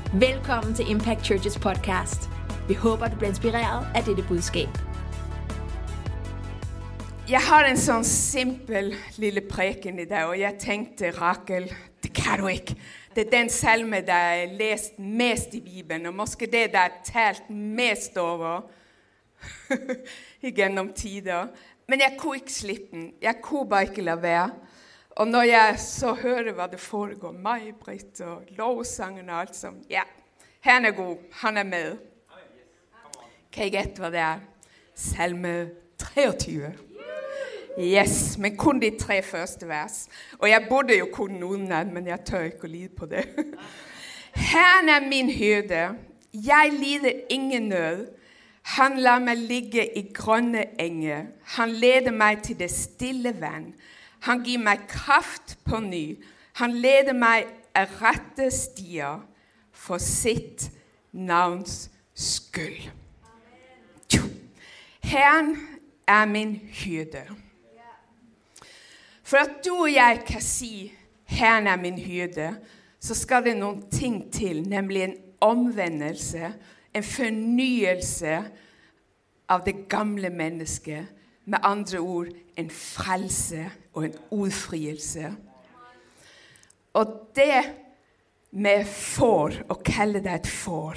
Velkommen til Impact Churches podcast. Vi håber, du bliver inspireret af dette budskab. Jeg har en sådan simpel lille prædiken i dag, og jeg tænkte, Rakel, det kan du ikke. Det er den salme, der er læst mest i Bibelen, og måske det, der er talt mest over igennem tider. Men jeg kunne ikke slippe den. Jeg kunne bare ikke lade være. Og når jeg så hører, hvad det foregår, mig, Britt og lovsangen og alt sammen, ja, han er god, han er med. Kan I gætte, hvad det er? Salme 23. Yes, men kun de 3 første vers. Og jeg burde jo kunne udenad, men jeg tør ikke at lide på det. Han er min hyrde. Jeg lider ingen nød. Han lader mig ligge i grønne enge. Han leder mig til det stille vand. Han giver mig kraft på ny. Han leder mig af rette stier for sit navns skyld. Herren er min hyrde. For at du og jeg kan sige, Herren er min hyrde, så skal det nogle ting til, nemlig en omvendelse, en fornyelse af det gamle menneske. Med andre ord, en frelse og en udfrielse. Og det med får, og kalde det et får.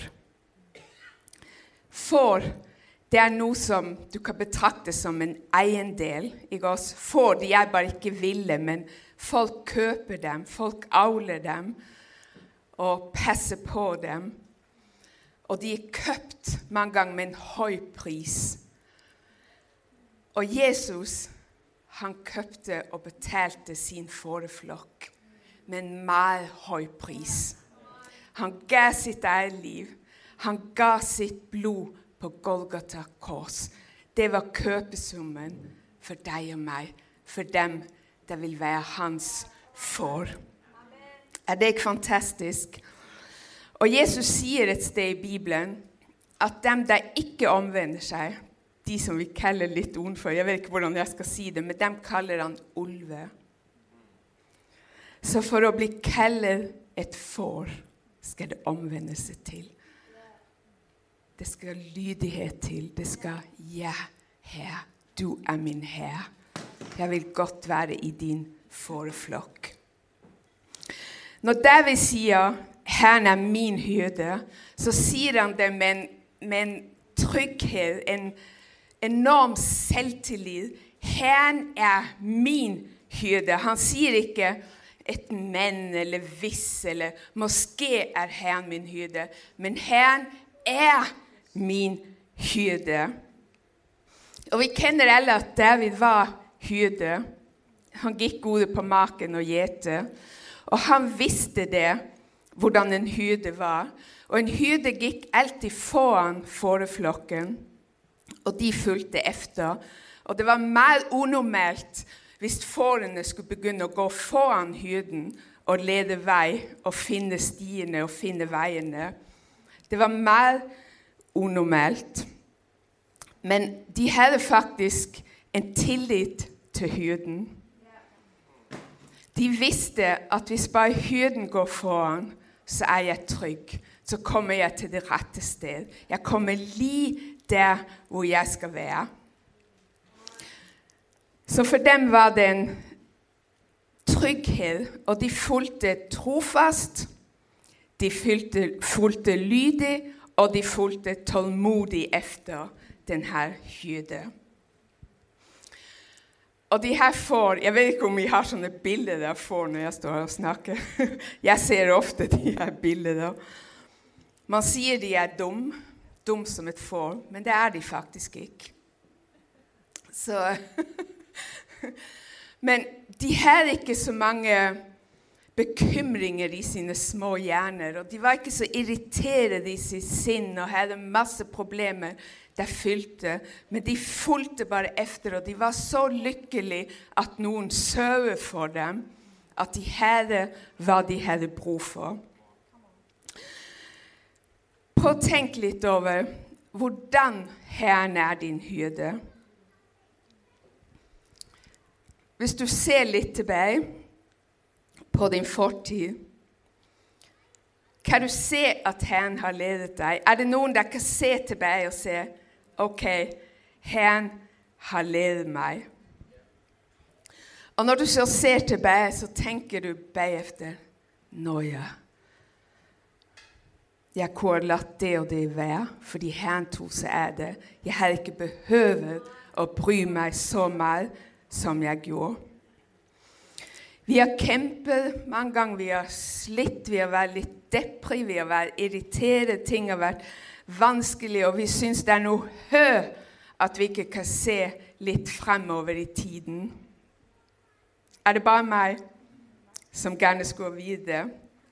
Får, det er noget, som du kan betragte som en ejendel. Ikke også? Får, de er bare ikke vilde, men folk køber dem, folk avler dem, og passer på dem. Og de er købt mange gange med en høj pris. Og Jesus, han købte og betalte sin fåreflok med en meget høj pris. Han gav sit eget liv. Han gav sit blod på Golgata kors. Det var købesummen for dig og mig, for dem, der vil være hans får. Er det ikke fantastisk? Og Jesus siger et sted i Bibelen, at dem, der ikke omvender sig, de som vi kalder lidt udenfor, jeg ved ikke, hvordan jeg skal sige det, men dem kalder han ulve. Så for at blive kaldet et får, skal det omvende sig til. Det skal lydighed til. Det skal, ja, Herre, du er min Herre. Jeg vil godt være i din fåreflok. Når David siger, Herren er min hyrde, så siger han det med en tryghed, en enorm selvtillid. Herren er min hyrde. Han siger ikke et men eller hvis, eller måske er Herren min hyrde. Men Herren er min hyrde. Og vi kender alle, at David var hyrde. Han gik ude på marken og gjete. Og han vidste det, hvordan en hyrde var. Og en hyrde gik altid foran fåreflokken. Og de fulgte efter. Og det var meget unormalt, hvis fårene skulle begynde at gå foran hyrden og lede vej og finde stiene og finde vejene. Det var meget unormalt. Men de havde faktisk en tillid til hyrden. De vidste, at hvis bare hyrden går foran, så er jeg tryg. Så kommer jeg til det rette sted. Jeg kommer lige der, hvor jeg skal være. Så for dem var det en tryghed, og de fulgte trofast, de fulgte lydig, og de fulgte tålmodig efter den her hyrde. Og de her får, jeg ved ikke om I har sådan et billede der får, når jeg står og snakker. Jeg ser ofte de her billeder. Man siger, de er dum som et får, men det er de faktisk ikke. Så, men de havde ikke så mange bekymringer i sine små hjerner, og de var ikke så irriterede i sit sind og havde masse problemer, der fyldte, men de fulgte bare efter, og de var så lykkelige, at nogen sørgede for dem, at de havde, hvad de havde brug for. Prøv at tænke lidt over, hvordan Herren er din hyrde. Hvis du ser lidt tilbage på din fortid, Kan du se, at Herren har ledet dig? Er det nogen, der kan se tilbage og sige, okay, Herren har ledet mig? Og når du så ser tilbage, så tænker du bagefter, nå ja, jeg kunne have ladt det og det være, fordi Herren tog sig af det. Jeg havde ikke behøvet at bry mig så meget, som jeg gjorde. Vi har kæmpet mange gange, vi har slidt, vi har været lidt depri, vi har været irriteret, ting har været vanskelige, og vi synes, det er nu at vi ikke kan se lidt fremover i tiden. Er det bare mig, som gerne skulle vide det?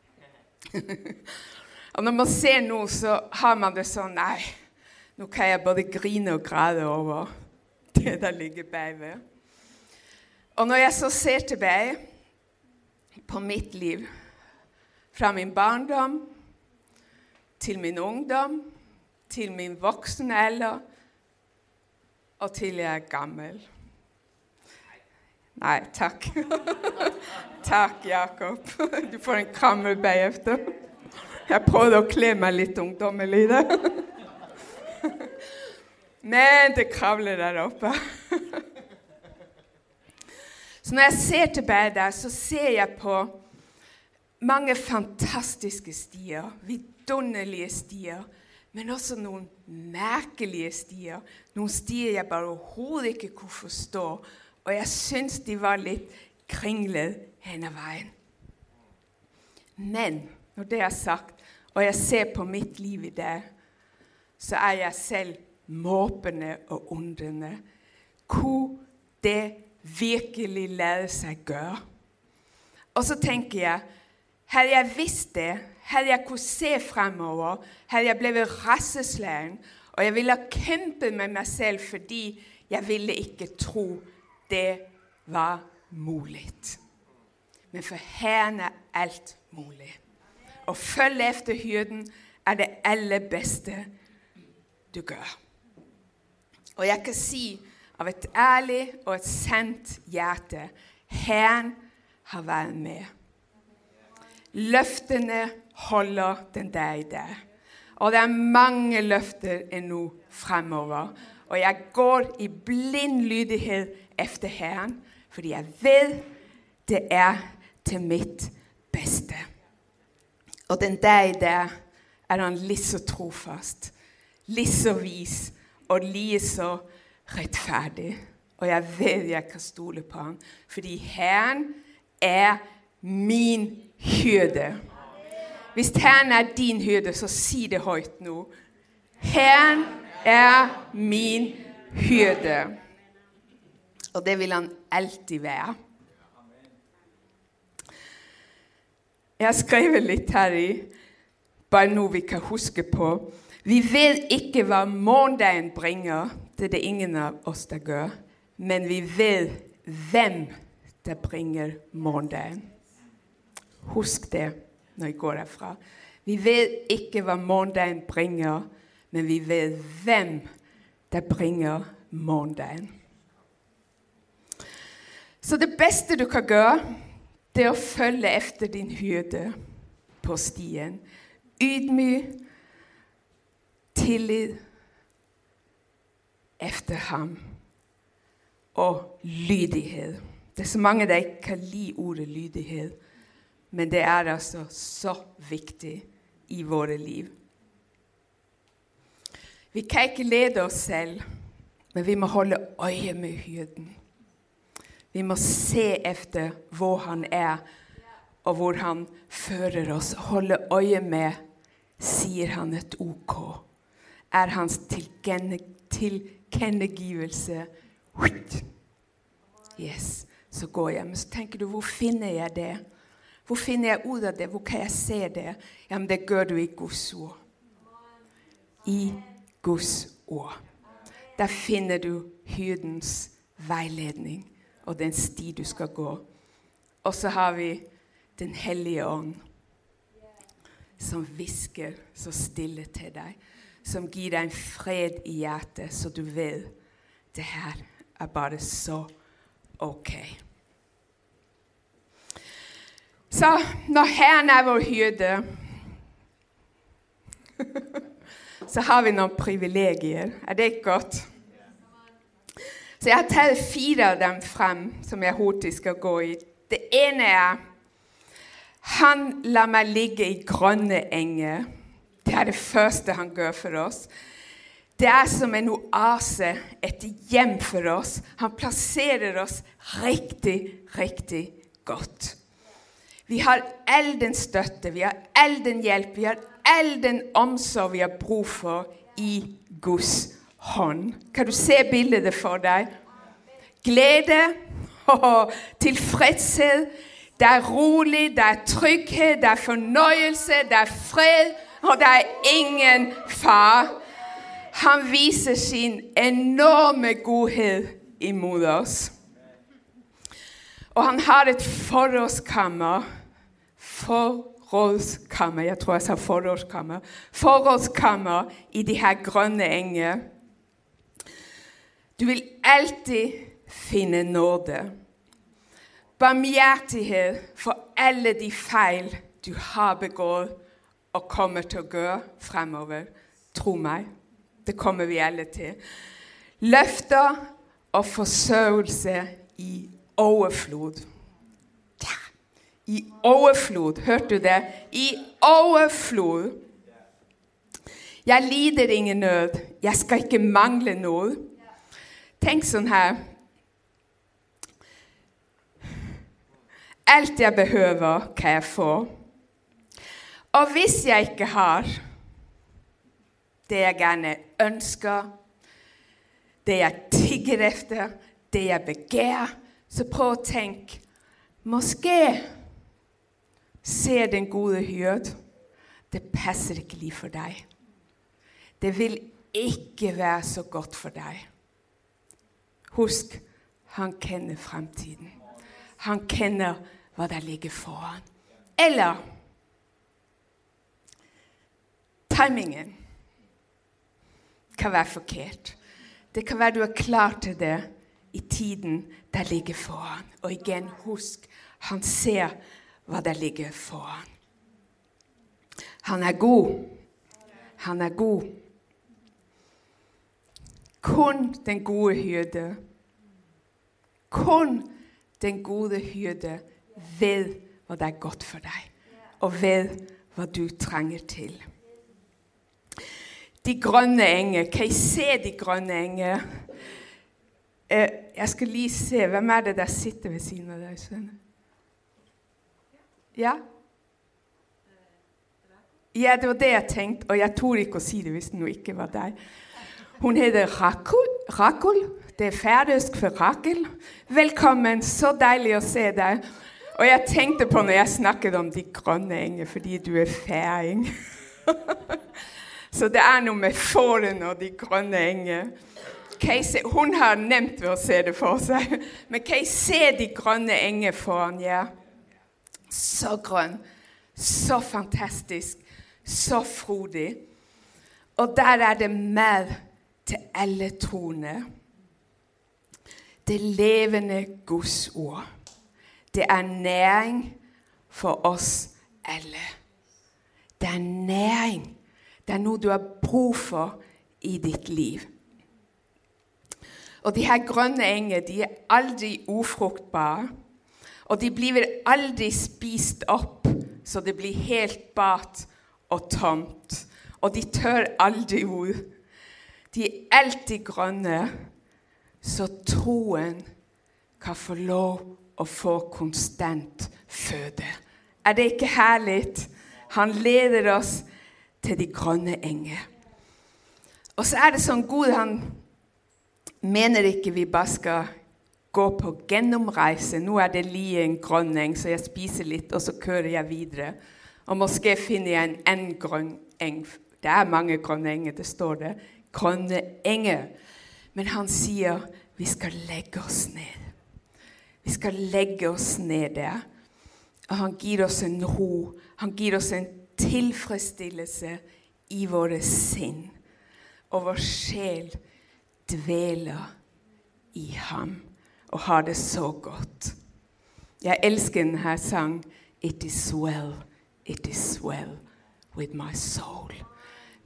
Og når man ser nu, så har man det sådan, nej, nu kan jeg både grine og græde over det, der ligger bagved. Og når jeg så ser tilbage på mit liv, fra min barndom, til min ungdom, til min voksenalder, og til jeg er gammel. Nej, tak. Tak, Jakob. Du får en krammel bagefter. Jeg prøvede at klæde mig lidt ungdommeligt. Men det kravler deroppe. Så når jeg ser tilbage der, så ser jeg på mange fantastiske stier, vidunderlige stier, men også nogle mærkelige stier. Nogle stier, jeg bare overhovedet ikke kunne forstå, og jeg synes, de var lidt kringlet hen ad vejen. Men når det er sagt, og jeg ser på mit liv i dag, så er jeg selv måbende og undrende. Kunne det virkelig lade sig gøre? Og så tænker jeg, havde jeg vidst det, havde jeg kunne se fremover, havde jeg blevet rasseslagen, og jeg ville have kæmpet med mig selv, fordi jeg ville ikke tro, det var muligt. Men for Herren er alt muligt. Og følg efter hyrden er det allerbedste, du gør. Og jeg kan sige af et ærligt og et sandt hjerte, Herren har været med. Løftene holder den dag i dag. Og der er mange løfter endnu fremover. Og jeg går i blind lydighed efter Herren, fordi jeg ved, det er til mit bedste. Og den dag i dag er han lige så trofast, lige så vis og lige så retfærdig. Og jeg ved, jeg kan stole på ham, fordi Herren er min hyrde. Hvis Herren er din hyrde, så sig det højt nu. Herren er min hyrde. Og det vil han altid være. Jeg har skrevet lidt her i, bare nu vi kan huske på. Vi ved ikke, hvad morgendagen bringer. Det er det ingen af os, der gør. Men vi ved, hvem der bringer morgendagen. Husk det, når I går derfra. Vi ved ikke, hvad morgendagen bringer, men vi ved, hvem der bringer morgendagen. Så det bedste, du kan gøre, det er at følge efter din hyrde på stien. Ydmyg, tillid efter ham og lydighed. Det er så mange, der ikke kan lide ordet lydighed, men det er altså så vigtigt i vores liv. Vi kan ikke lede os selv, men vi må holde øje med hyrden. Vi må se efter, hvor han er, og hvor han fører os. Holde øje med, siger han et OK. Er hans tilkendegivelse. Yes, så går jeg. Men så tænker du, hvor finder jeg det? Hvor finder jeg ud af det? Hvor kan jeg se det? Jamen, det gør du i Guds ord. I Guds ord. Der finder du hyrdens vejledning og den sti, du skal gå. Og så har vi den hellige ånd, som visker så stille til dig, som giver dig en fred i hjertet, så du ved, det her er bare så okay. Så når Herren er vor hyrde, så har vi nogle privilegier. Er det ikke godt? Så jeg har taget 4 af dem frem, som jeg hurtigt skal gå i. Det ene er, han lader mig ligge i grønne enge. Det er det første, han gør for os. Det er som en oase, et hjem for os. Han placerer os rigtig, rigtig godt. Vi har al den støtte, vi har al den hjælp, vi har al den omsorg, vi har brug for i Guds hånd. Kan du se billedet for dig? Glæde og tilfredshed. Der er roligt, der er tryghed, der er fornøjelse, der er fred, og der er ingen far. Han viser sin enorme godhed imod os. Og han har et forrådskammer. Jeg tror jeg sagde forrådskammer. Forrådskammer i de her grønne enge. Du vil altid finde nåde. Barmhjertighed for alle de fejl, du har begået og kommer til at gøre fremover. Tro mig, det kommer vi alle til. Løfter og forsørgelse i overflod. Ja, i overflod. Hørte du det? I overflod. Jeg lider ingen nød. Jeg skal ikke mangle noget. Tænk sådan her. Alt jeg behøver, kan jeg få. Og hvis jeg ikke har det, jeg gerne ønsker, det jeg tigger efter, det jeg begærer, så prøv at tænke, måske ser den gode hyrde, det passer ikke lige for dig. Det vil ikke være så godt for dig. Husk, han kender fremtiden. Han kender, hvad der ligger foran. Eller timingen kan være forkert. Det kan være, du er klar til det i tiden, der ligger foran. Og igen, husk, han ser, hvad der ligger foran. Han er god. Han er god. Kun den gode hyrde. Kun den gode hyrde ved, hvad der er godt for dig. Og ved, hvad du trænger til. De grønne enge. Kan I se de grønne enge? Jeg skal lige se, hvem er det, der sitter ved siden af dig, Svend? Ja? Ja, det var det, jeg tænkte, og jeg tog ikke at sige det, hvis det nu ikke var dig. Hun hedder Rakul. Det er færøsk for Rakel. Velkommen, så dejligt at se dig. Og jeg tænkte på, når jeg snakkede om de grønne enge, fordi du er færing. Så det er noget med foren og de grønne enge. Kan I se, hun har nemt ved at se det for sig. Men kan I se de grønne enge foran jer? Så grøn, så fantastisk, så frodig. Og der er det mad til alle troende. Det levende Guds ord. Det er næring for os alle. Det er næring. Det er noget, du har brug for i dit liv. Og de her grønne enge, de er aldrig ufrugtbare. Og de bliver aldrig spist op, så det bliver helt bart og tomt. Og de tør aldrig ud. De er altid grønne, så troen kan få lov at få konstant føde. Er det ikke herligt? Han leder os til de grønne enge. Og så er det sådan Gud, han mener ikke, vi bare skal gå på gennomrejse. Nu er det lige en grøn eng, så jeg spiser lidt, og så kører jeg videre. Og måske finder jeg en anden grøn eng. Der er mange grønne enge, det står der. Grønne enge. Men han siger, vi skal lægge os ned. Vi skal lægge os ned der. Og han giver os en ro. Han giver os en tilfredsstillelse i vores sind. Og vores sjæl dvæler i ham. Og har det så godt. Jeg elsker den her sang. It is well with my soul.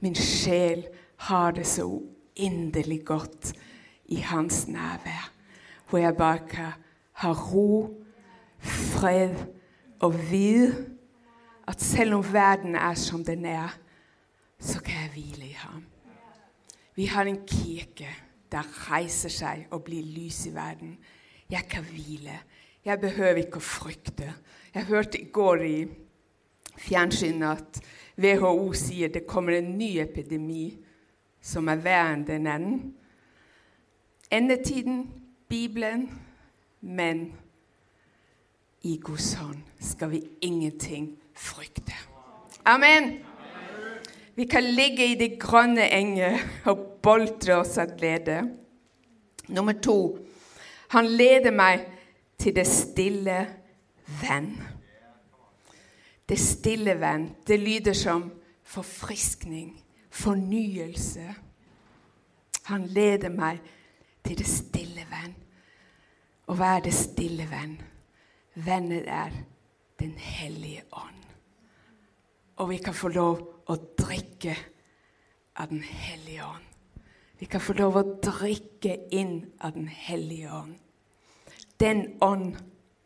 Min sjel har det så uendelig godt i hans nærvær, hvor jeg bare kan ha ro, fred og vide, at selvom verden er som den er, så kan jeg hvile i ham. Vi har en kirke, der rejser sig og bliver lys i verden. Jeg kan hvile. Jeg behøver ikke at frygte. Jeg hørte i går i fjernsynet, at WHO siger, at det kommer en ny epidemi, som er værre end den anden. Endetiden, Bibelen, men i Guds hånd skal vi ingenting frygte. Amen. Vi kan ligge i det grønne enge og boltre os af glæde. Nummer 2. Han leder mig til det stille vand. Det stille vand, det lyder som forfriskning, fornyelse. Han leder mig til det stille vand. Og hvad er det stille vand? Vandet er den hellige ånd. Og vi kan få lov at drikke af den hellige ånd. Vi kan få lov at drikke ind af den hellige ånd. Den ånd,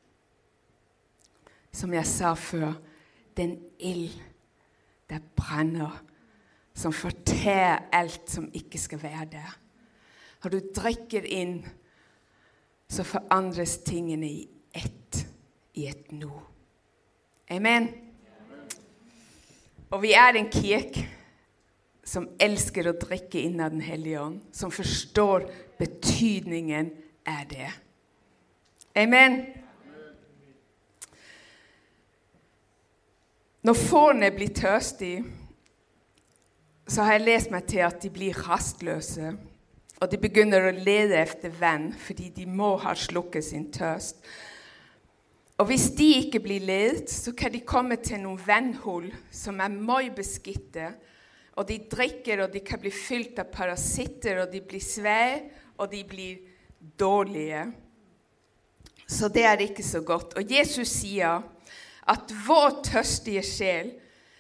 som jeg sagde før, den ild, der brænder, som fortærer alt, som ikke skal være der. Når du drikker ind, så forandres tingene i et nu. Amen. Og vi er en kirke, som elsker at drikke ind af den hellige ånd, som forstår betydningen af det. Amen. Når fårene bliver tørstige, så har jeg læst mig til, at de bliver rastløse, og de begynder at lede efter vand, fordi de må have slukket sin tørst. Og hvis de ikke bliver ledet, så kan de komme til nogle vandhul, som er meget beskidte, og de drikker, og de kan blive fyldt af parasitter, og de bliver svage, og de bliver dårlige. Så det er ikke så godt. Og Jesus siger, at vor tørstige sjæl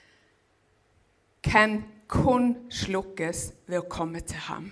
kan kun slukkes ved at komme til ham.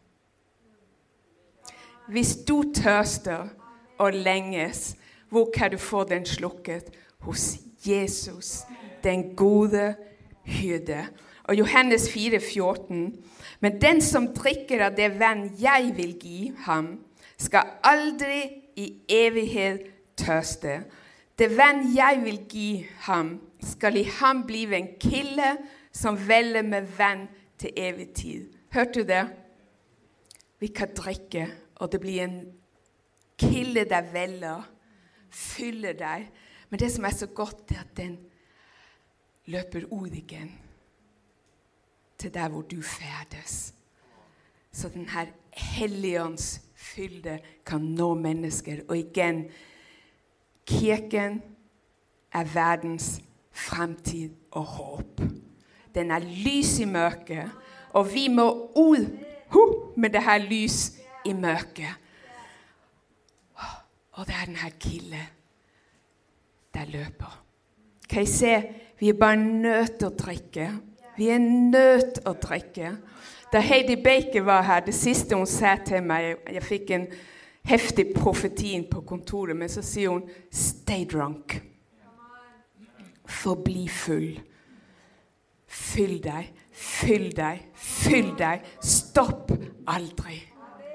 Hvis du tørster og længes, hvor kan du få den slukket? Hos Jesus, den gode hyrde. Og Johannes 4:14. Men den som drikker af det vand, jeg vil give ham, skal aldrig i evighed tørste. Det vand, jeg vil give ham, skal i ham blive en kilde, som vælger med vand til evig tid. Hørte du det? Vi kan drikke, og det bliver en kilde, der vælger, fylder dig. Men det, som er så godt, det er, at den løber ud igen til der, hvor du færdes. Så den her helligånds fylde kan nå mennesker. Og igen, kirken er verdens fremtid og håb. Den er lys i mørke, og vi må ud med det her lys i mørke. Og der er den her kilde, der løber. Kan I se? Vi er bare nødt til at drikke. Vi er nødt til at drikke. Da Heidi Baker var her, det sidste hun sagde til mig, jeg fik en heftig profeti på kontoret, men så siger hun, stay drunk. Forbliv fuld. Fyld dig, fyld dig, fyld dig. Stop aldrig.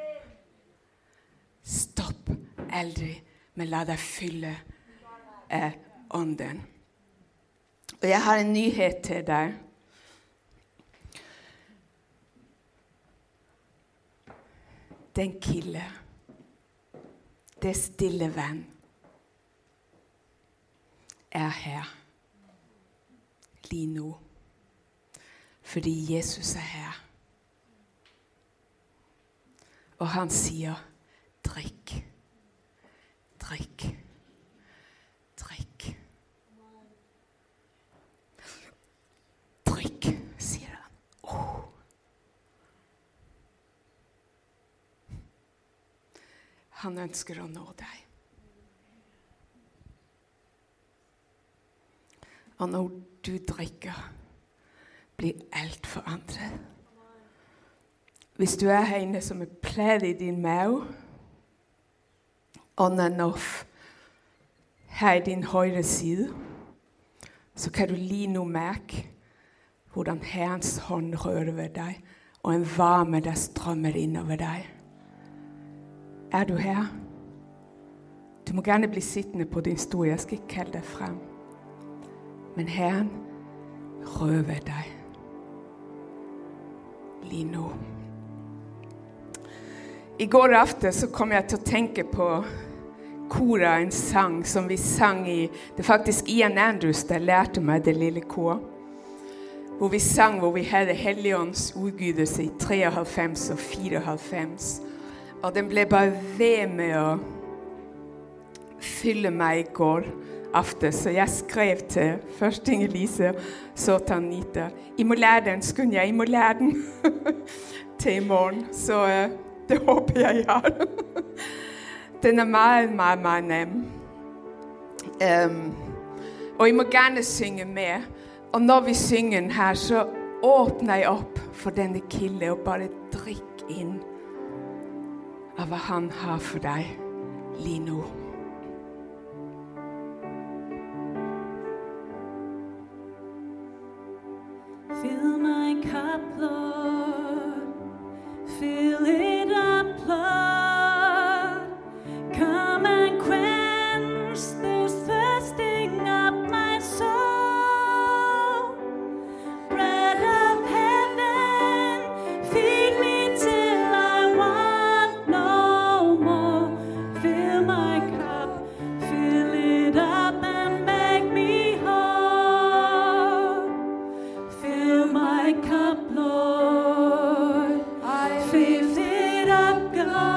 Stop aldrig, men lad dig fylde af ånden. Og jeg har en nyhed til dig. Den kilde, det stille vand, er her lige nu. Fordi Jesus er her. Og han siger, drik, drik, drik. Drik, siger han. Han ønsker at nå dig. Og når du drikker, bliver alt forandret. Hvis du er herinde, som er plaget i din mave, on and off, her i din højre side, så kan du lige nu mærke, hvordan Herrens hånd rører ved dig, og en varme, der strømmer ind over dig. Er du her? Du må gerne blive siddende på din stol, jeg skal ikke kalde dig frem. Men Herren rører ved dig. Lige nu. I går aften så kom jeg til at tænke på Kora, en sang, som vi sang i. Det er faktisk Ian Andrews, der lærte mig det lille kor. Hvor vi sang, hvor vi havde Helligåndens udgydelse i 93 og 94. Og den blev bare ved med at fylde mig i går aften. Så jeg skrev til først Inge-Lise, så til Anita. I må lære den, skøn jeg. I må lære den til i morgen. Så det håber jeg har. Den er meget, meget, meget nem. Og I må gerne synge med. Og når vi synger den her, så åbner jeg op for denne kilde og bare drik ind af hvad han har for dig lige nu. Fill my cup, Lord. Fill it up, Lord. Come and quench this thirsting of my soul. Bread of heaven, feed me till I want no more. Fill my cup, fill it up and make me whole. Fill my cup, Lord. I lift it up,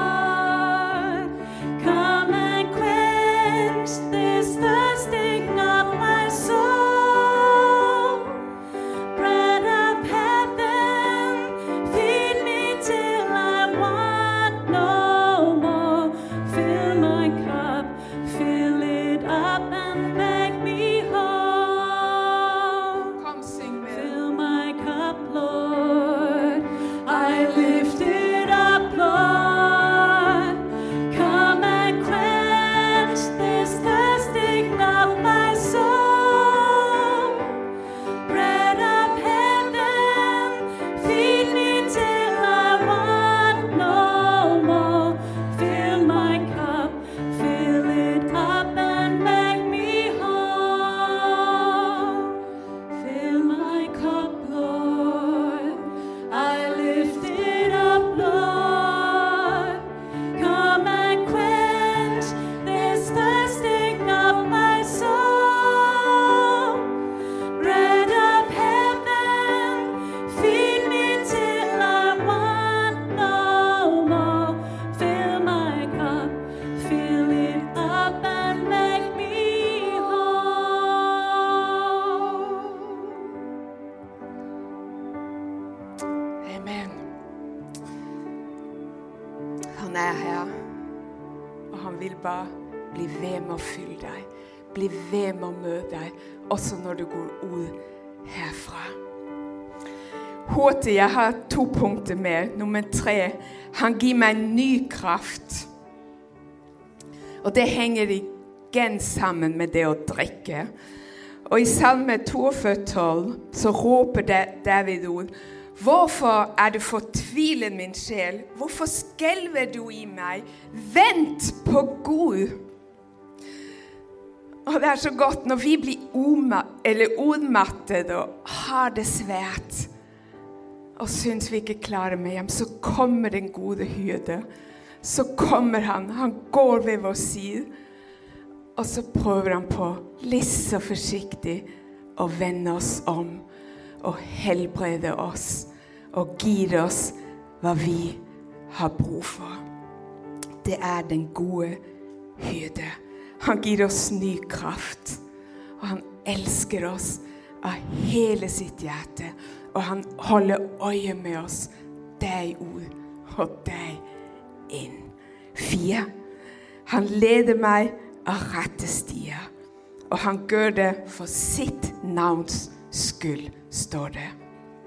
God. Come and quench this thirsting of my soul. Bread of heaven, feed me till I want no more. Fill my cup, fill it up and make me whole. Kom, syng med. Fill my cup, Lord. I lift it up, Lord. Come and quench this thirsting of my soul. Bread of heaven, feed me till I want no more. Fill my cup, fill it up and make me whole. Fill my cup, Lord. I lift it up, Lord. Come and quench this thirsting of my soul. Bread of heaven, feed me till I want no more. Fill my cup, fill it up and make me whole. Amen. Han er her, og han vil bare blive ved med at fylde dig. Blive ved med at møde dig, også når du går ud herfra. Hurtigt, jeg har 2 punkter med. Nummer 3, han giver mig en ny kraft. Og det hænger igen sammen med det at drikke. Og i salme 42:12, så råber David ud: Hvorfor er du fortvilet, min sjæl? Hvorfor skælver du i mig? Vent på Gud. Og det er så godt, når vi bliver udmattet og har det svært, og synes vi ikke klarer med ham, så kommer den gode hyrde. Så kommer han går ved vores side, og så prøver han på lidt så forsigtigt at vende os om, og helbrede os, og give os, hvad vi har brug for. Det er den gode hyrde. Han giver os ny kraft, og han elsker os af hele sit hjerte, og han holder øje med os dag ud og dag ind. 4. Han leder mig af rette stier, og han gør det for sit navns skyld, står det.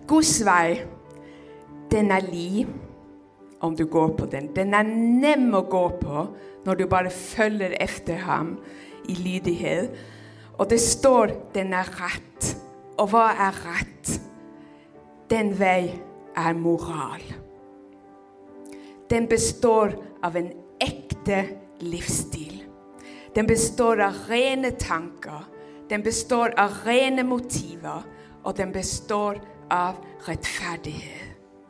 Guds vej, den er lige, om du går på den. Den er nem at gå på, når du bare følger efter ham i lydighed. Og det står, den er ret. Og hvad er ret? Den vej er moral. Den består av en ægte livsstil. Den består af rene tanker. Den består af rene motiver. Og den består af retfærdighed.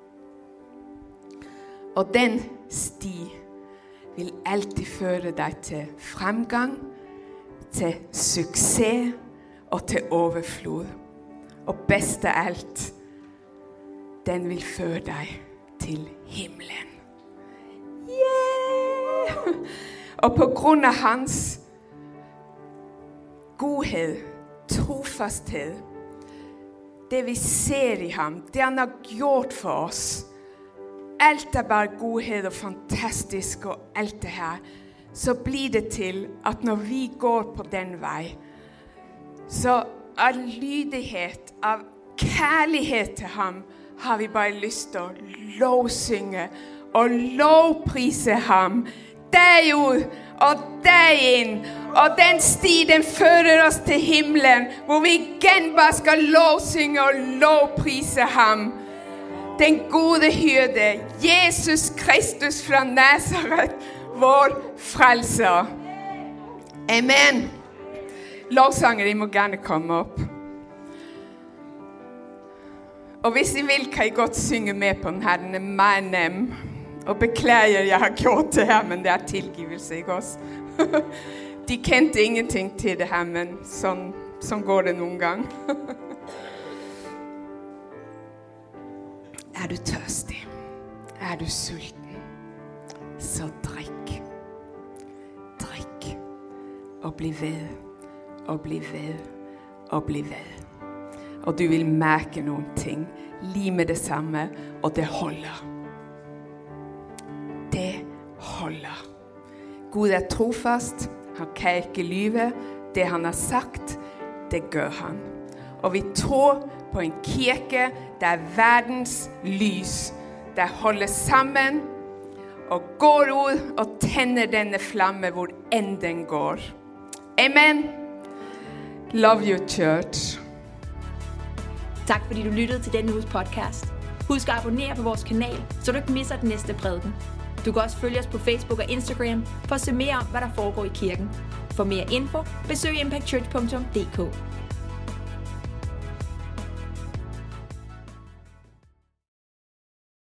Og den sti vil altid føre dig til fremgang, til succes og til overflod. Og bedst af alt, den vil føre dig til himlen. Yeah! Og på grund af hans godhed, trofasthed, det vi ser i ham, det han har gjort for os, alt er bare godhed og fantastisk og alt det her, så bliver det til, at når vi går på den vej, så af lydighed, af kærlighed til ham, har vi bare lyst til at lovsynge og lovprise ham. Dag ud og dag ind. Og den sti, den fører os til himlen, hvor vi igen bare skal lovsynge og lovprise ham. Den gode hyrde, Jesus Kristus fra Nazareth, vor frelser. Amen. Lovsanger, I må gerne komme op. Og hvis I vil, kan I godt synge med på den her. Den er meget nem. Og beklager, jeg har gjort det her, men det er tilgivelse, ikke også? De kendte ingenting til det her, men sådan går det nogle gange. Er du tørstig? Er du sulten? Så drik. Drik. Og bliv ved. Og bliv ved. Og bliv ved. Og du vil mærke nogle ting. Lige med det samme. Og det holder. Det holder. Gud er trofast. Han kan ikke lyve. Det han har sagt, det gør han. Og vi tror på en kirke, der er verdens lys, der holder sammen og går ud og tænder denne flamme, hvor end den går. Amen. Love you, church. Tak fordi du lyttede til denne uges podcast. Husk at abonnere på vores kanal, så du ikke misser den næste prædiken. Du kan også følge os på Facebook og Instagram for at se mere om, hvad der foregår i kirken. For mere info, besøg impactchurch.dk.